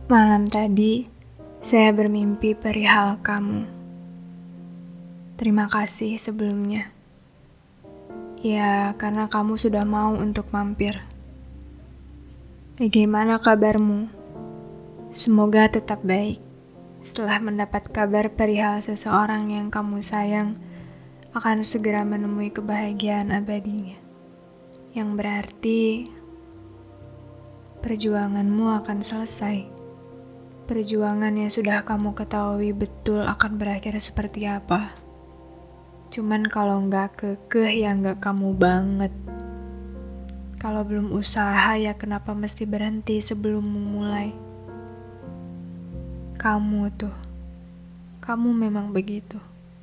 Malam tadi, saya bermimpi perihal kamu. Terima kasih sebelumnya. Ya, karena kamu sudah mau untuk mampir. Bagaimana kabarmu? Semoga tetap baik. Setelah mendapat kabar perihal seseorang yang kamu sayang, akan segera menemui kebahagiaan abadinya. Yang berarti, perjuanganmu akan selesai. Perjuangan yang sudah kamu ketahui betul akan berakhir seperti apa. Cuman kalau nggak kekeh ya nggak kamu banget. Kalau belum usaha ya kenapa mesti berhenti sebelum memulai. Kamu memang begitu.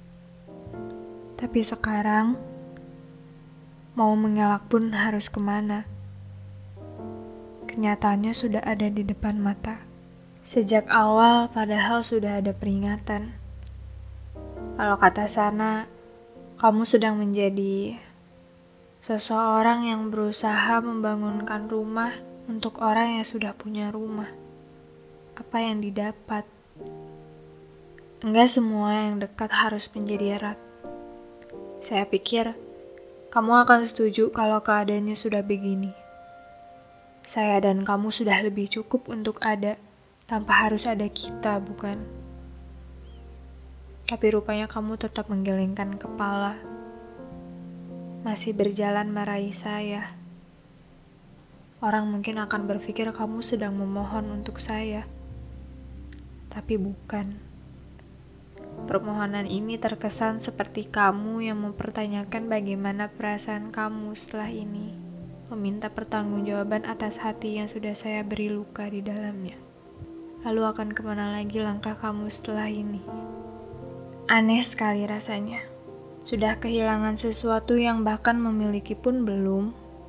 Tapi sekarang, mau mengelak pun harus kemana? Kenyataannya sudah ada di depan mata. Sejak awal padahal sudah ada peringatan. Kalau kata sana, kamu sedang menjadi seseorang yang berusaha membangunkan rumah untuk orang yang sudah punya rumah. Apa yang didapat? Enggak semua yang dekat harus menjadi erat. Saya pikir kamu akan setuju kalau keadaannya sudah begini. Saya dan kamu sudah lebih cukup untuk ada, tanpa harus ada kita, bukan? Tapi rupanya kamu tetap menggelengkan kepala. Masih berjalan meraih saya. Orang mungkin akan berpikir kamu sedang memohon untuk saya. Tapi bukan. Permohonan ini terkesan seperti kamu yang mempertanyakan bagaimana perasaan kamu setelah ini. Meminta pertanggungjawaban atas hati yang sudah saya beri luka di dalamnya. Lalu akan kemana lagi langkah kamu setelah ini? Aneh sekali rasanya. Sudah kehilangan sesuatu yang bahkan memiliki pun belum.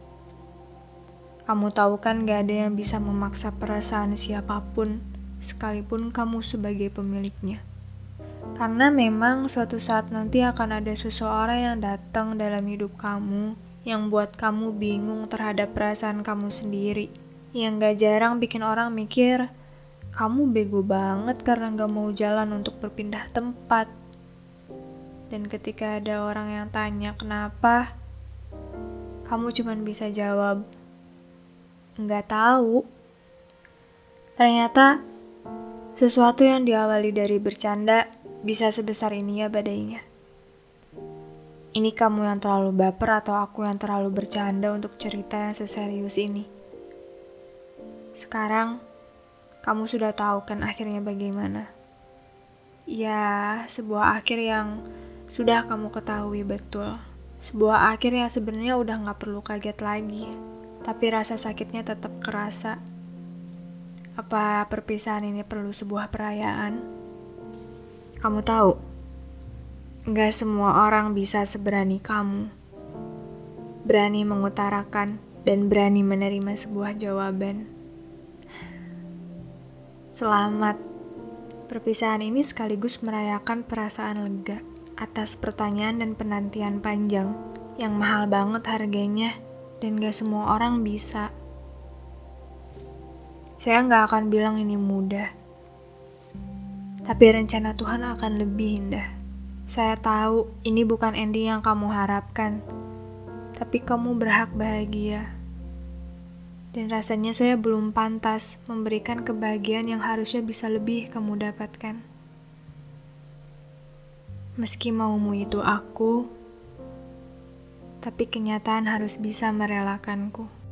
Kamu tahu kan gak ada yang bisa memaksa perasaan siapapun, sekalipun kamu sebagai pemiliknya. Karena memang suatu saat nanti akan ada seseorang yang datang dalam hidup kamu, yang buat kamu bingung terhadap perasaan kamu sendiri. Yang gak jarang bikin orang mikir, kamu bego banget karena gak mau jalan untuk berpindah tempat. Dan ketika ada orang yang tanya kenapa, kamu cuma bisa jawab, nggak tahu. Ternyata sesuatu yang diawali dari bercanda bisa sebesar ini ya badainya. Ini kamu yang terlalu baper atau aku yang terlalu bercanda untuk cerita yang seserius ini? Sekarang, kamu sudah tahu kan akhirnya bagaimana? Ya, sebuah akhir yang sudah kamu ketahui betul. Sebuah akhir yang sebenarnya udah gak perlu kaget lagi. Tapi rasa sakitnya tetap kerasa. Apa perpisahan ini perlu sebuah perayaan? Kamu tahu, gak semua orang bisa seberani kamu. Berani mengutarakan dan berani menerima sebuah jawaban. Selamat. Perpisahan ini sekaligus merayakan perasaan lega atas pertanyaan dan penantian panjang yang mahal banget harganya dan gak semua orang bisa. Saya gak akan bilang ini mudah, tapi rencana Tuhan akan lebih indah. Saya tahu ini bukan ending yang kamu harapkan, tapi kamu berhak bahagia. Dan rasanya saya belum pantas memberikan kebahagiaan yang harusnya bisa lebih kamu dapatkan. Meski maumu itu aku, tapi kenyataan harus bisa merelakanku.